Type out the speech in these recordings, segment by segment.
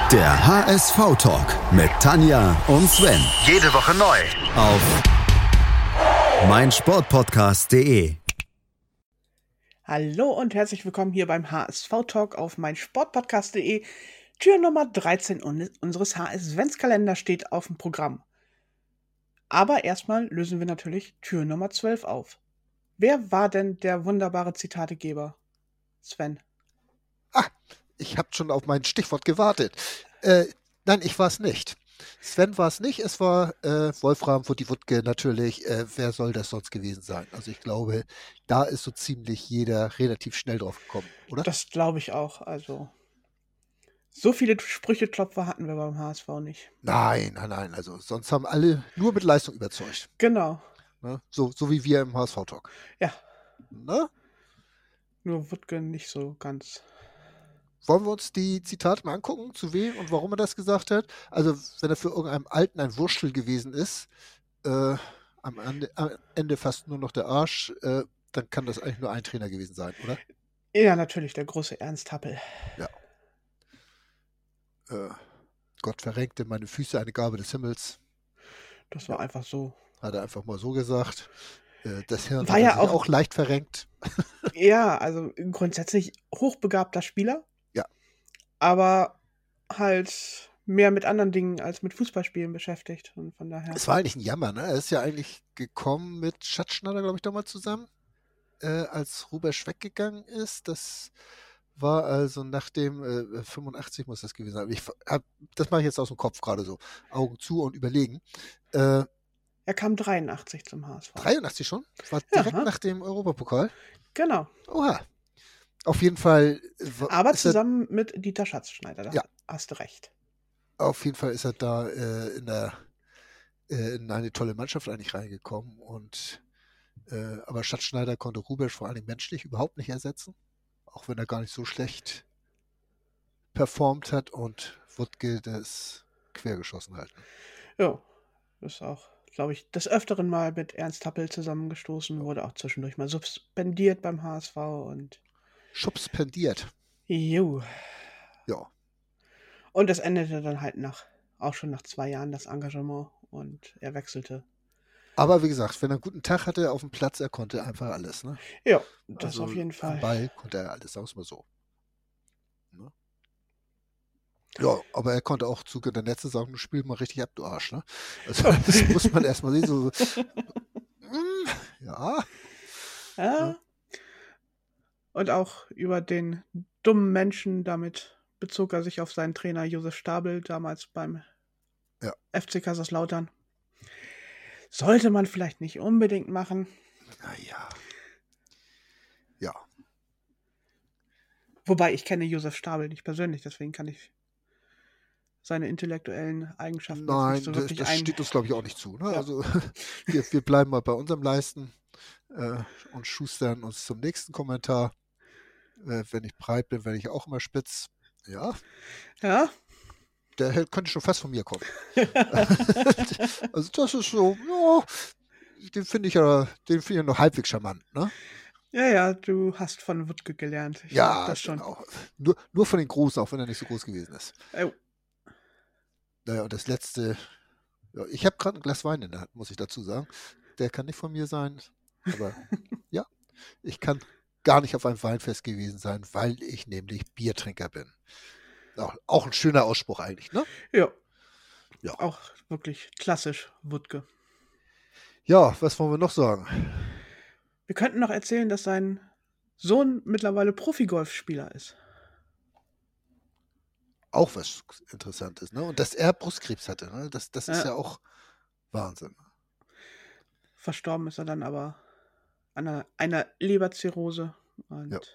Der HSV-Talk mit Tanja und Sven. Jede Woche neu. Auf meinsportpodcast.de. Hallo und herzlich willkommen hier beim HSV-Talk auf meinsportpodcast.de. Tür Nummer 13 unseres HS-Adventskalenders steht auf dem Programm. Aber erstmal lösen wir natürlich Tür Nummer 12 auf. Wer war denn der wunderbare Zitategeber? Sven. Ich habe schon auf mein Stichwort gewartet. Nein, ich war es nicht. Sven war es nicht, es war Wolfram Wuttke natürlich. Wer soll das sonst gewesen sein? Also ich glaube, da ist so ziemlich jeder relativ schnell drauf gekommen, oder? Das glaube ich auch. Also so viele Sprücheklopfer hatten wir beim HSV nicht. Nein. Also sonst haben alle nur mit Leistung überzeugt. Genau. Ne? So wie wir im HSV-Talk. Ja, Ne? nur Wuttke nicht so ganz. Wollen wir uns die Zitate mal angucken, zu wem und warum er das gesagt hat? Also, wenn er für irgendeinen Alten ein Wurstel gewesen ist, am Ende fast nur noch der Arsch, dann kann das eigentlich nur ein Trainer gewesen sein, oder? Ja, natürlich, der große Ernst Happel. Ja. Gott verrenkte meine Füße, eine Gabe des Himmels. Das war einfach so. Hat er einfach mal so gesagt. Das Hirn War hat ja er sich auch- auch leicht verrenkt. Ja, also grundsätzlich hochbegabter Spieler. Ja. Aber halt mehr mit anderen Dingen als mit Fußballspielen beschäftigt. Und von daher. Es war eigentlich ein Jammer, ne? Er ist ja eigentlich gekommen mit Schatzschneider, glaube ich, damals zusammen, als Rubesch weggegangen ist. Das war also nach dem 85 muss das gewesen sein. Das mache ich jetzt aus dem Kopf gerade so. Augen zu und überlegen. Er kam 83 zum HSV. 83 schon? War Ja. direkt nach dem Europapokal. Genau. Oha. Auf jeden Fall. Aber ist er, zusammen mit Dieter Schatzschneider. Da Ja. hast du recht. auf jeden Fall ist er da in eine tolle Mannschaft eigentlich reingekommen. Aber Schatzschneider konnte Rubesch vor allem menschlich überhaupt nicht ersetzen. Auch wenn er gar nicht so schlecht performt hat und Wuttke das quergeschossen halt. Ja. Ist auch, glaube ich, des Öfteren mal mit Ernst Happel zusammengestoßen. Wurde auch zwischendurch mal suspendiert beim HSV. Und Schubspendiert. jo. Ja. Und es endete dann halt auch schon nach 2 Jahren das Engagement. Und er wechselte. Aber wie gesagt, wenn er einen guten Tag hatte auf dem Platz, er konnte einfach alles. Ne? Ja, das Also auf jeden am Fall. Ball konnte er alles, sagen wir es mal so. Ne? Ja, aber er konnte auch zu Günter Netze sagen, du spielst mal richtig ab, du Arsch. Ne? Also das muss man erstmal sehen. So, ja. Ja. Und auch über den dummen Menschen, damit bezog er sich auf seinen Trainer Josef Stabel, damals beim Ja. FC Kaiserslautern. Sollte man vielleicht nicht unbedingt machen. Naja. Ja. Wobei ich kenne Josef Stabel nicht persönlich, deswegen kann ich seine intellektuellen Eigenschaften jetzt Nein, nicht so wirklich das steht uns, glaube ich, auch nicht zu. Ne? Ja. Also wir bleiben mal bei unserem Leisten und schustern uns zum nächsten Kommentar. Wenn ich breit bin, werde ich auch immer spitz. Ja, Ja, könnte schon fast von mir kommen. Also das ist so, ja, den finde ich ja noch halbwegs charmant. Ne? ja, du hast von Wuttke gelernt. Ich Ja, glaub das schon. genau. Nur von den Großen, auch wenn er nicht so groß gewesen ist. Oh, Naja, und das letzte, ja, ich habe gerade ein Glas Wein in der Hand, muss ich dazu sagen. Der kann nicht von mir sein, aber ja, ich kann gar nicht auf einem Weinfest gewesen sein, weil ich nämlich Biertrinker bin. Auch ein schöner Ausspruch eigentlich, ne? ja. Ja. Auch wirklich klassisch Wuttke. Ja, was wollen wir noch sagen? Wir könnten noch erzählen, dass sein Sohn mittlerweile Profi-Golfspieler ist. Auch was Interessantes, ne? Und dass er Brustkrebs hatte, ne? Das ist Ja. ja auch Wahnsinn. Verstorben ist er dann aber an einer Leberzirrhose. Und Ja.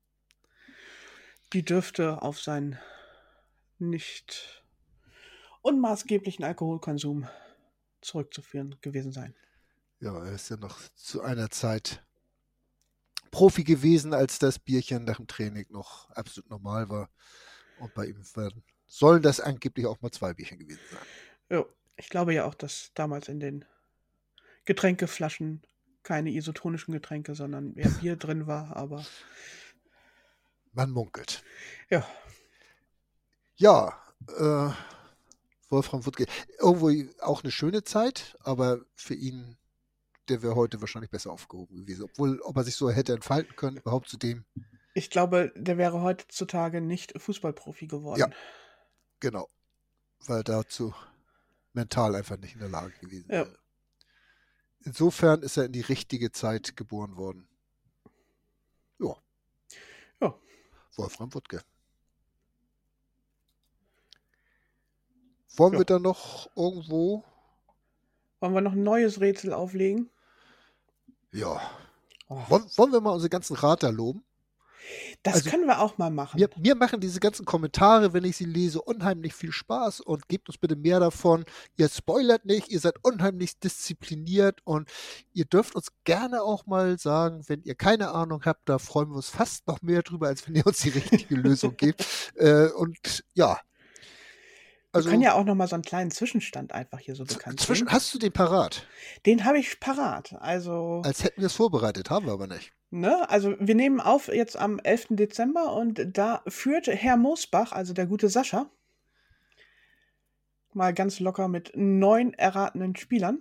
die dürfte auf seinen nicht unmaßgeblichen Alkoholkonsum zurückzuführen gewesen sein. Ja, er ist ja noch zu einer Zeit Profi gewesen, als das Bierchen nach dem Training noch absolut normal war. Und bei ihm sollen das angeblich auch mal 2 Bierchen gewesen sein. Ja, ich glaube ja auch, dass damals in den Getränkeflaschen keine isotonischen Getränke, sondern mehr Bier drin war, aber Man munkelt. ja. Ja, Wolfram Wuttke. Irgendwo auch eine schöne Zeit, aber für ihn, der wäre heute wahrscheinlich besser aufgehoben gewesen. Obwohl, ob er sich so hätte entfalten können, überhaupt zu dem. Ich glaube, der wäre heutzutage nicht Fußballprofi geworden. Ja, genau. Weil dazu mental einfach nicht in der Lage gewesen wäre. Insofern ist er in die richtige Zeit geboren worden. Ja. Wolfram Wuttke. Wollen wir da noch irgendwo? Wollen wir noch ein neues Rätsel auflegen? Ja. Wollen wir mal unsere ganzen Rater loben? Das können wir auch mal machen. Mir machen diese ganzen Kommentare, wenn ich sie lese, unheimlich viel Spaß und gebt uns bitte mehr davon. Ihr spoilert nicht, ihr seid unheimlich diszipliniert und ihr dürft uns gerne auch mal sagen, wenn ihr keine Ahnung habt, da freuen wir uns fast noch mehr drüber, als wenn ihr uns die richtige Lösung gebt. Und ja. Wir können ja auch noch mal so einen kleinen Zwischenstand einfach hier so bekannt geben. Hast du den parat? Den habe ich parat. Also, als hätten wir es vorbereitet, haben wir aber nicht. Ne? Also wir nehmen auf jetzt am 11. Dezember und da führt Herr Mosbach, also der gute Sascha, mal ganz locker mit 9 erratenen Spielern.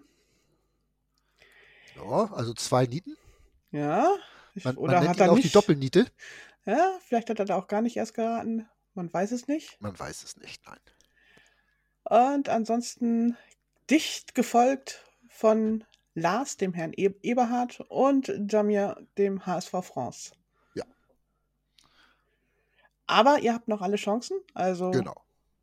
Ja, also 2 Nieten. Ja. Oder man hat er auch die Doppelniete? Ja, vielleicht hat er da auch gar nicht erst geraten. Man weiß es nicht. Man weiß es nicht, nein. Und ansonsten dicht gefolgt von Lars, dem Herrn Eberhard, und Jamir, dem HSV France. Ja. Aber ihr habt noch alle Chancen, also. Genau.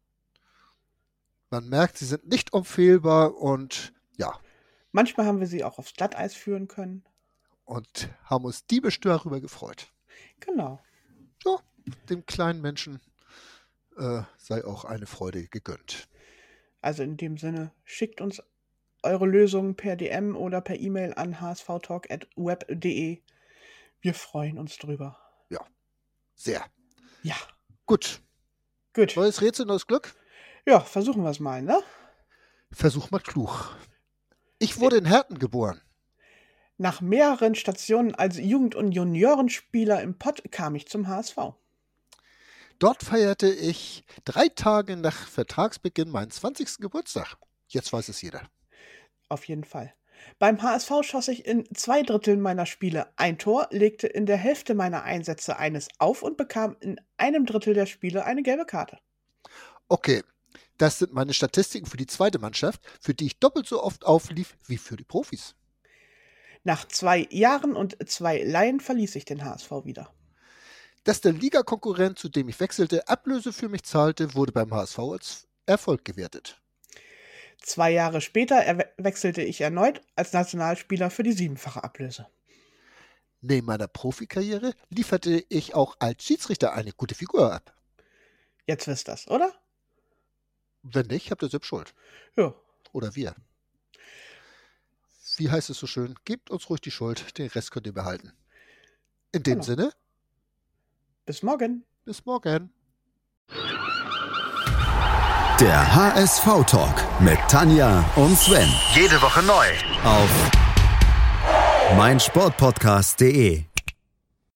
Man merkt, sie sind nicht unfehlbar und ja. Manchmal haben wir sie auch aufs Glatteis führen können. Und haben uns diebisch darüber gefreut. Genau. Ja, dem kleinen Menschen sei auch eine Freude gegönnt. Also in dem Sinne, schickt uns eure Lösungen per DM oder per E-Mail an hsvtalk@web.de. Wir freuen uns drüber. Ja, sehr. Ja. Gut. Neues Rätsel, neues Glück? Ja, versuchen wir es mal, ne? Versuch mal klug. Ich wurde in Herten geboren. Nach mehreren Stationen als Jugend- und Juniorenspieler im Pott kam ich zum HSV. Dort feierte ich 3 Tage nach Vertragsbeginn meinen 20. Geburtstag. Jetzt weiß es jeder. Auf jeden Fall. Beim HSV schoss ich in 2/3 meiner Spiele ein Tor, legte in der Hälfte meiner Einsätze eines auf und bekam in 1/3 der Spiele eine gelbe Karte. Okay, das sind meine Statistiken für die zweite Mannschaft, für die ich doppelt so oft auflief wie für die Profis. Nach 2 Jahren und 2 Leihen verließ ich den HSV wieder. Dass der Ligakonkurrent, zu dem ich wechselte, Ablöse für mich zahlte, wurde beim HSV als Erfolg gewertet. 2 Jahre später wechselte ich erneut als Nationalspieler für die 7-fache Ablöse. Neben meiner Profikarriere lieferte ich auch als Schiedsrichter eine gute Figur ab. Jetzt wisst das, oder? Wenn nicht, habt ihr selbst Schuld. Ja. Oder wir. Wie heißt es so schön? Gebt uns ruhig die Schuld, den Rest könnt ihr behalten. In dem Sinne. Bis morgen. Bis morgen. Der HSV-Talk mit Tanja und Sven. Jede Woche neu. Auf meinsportpodcast.de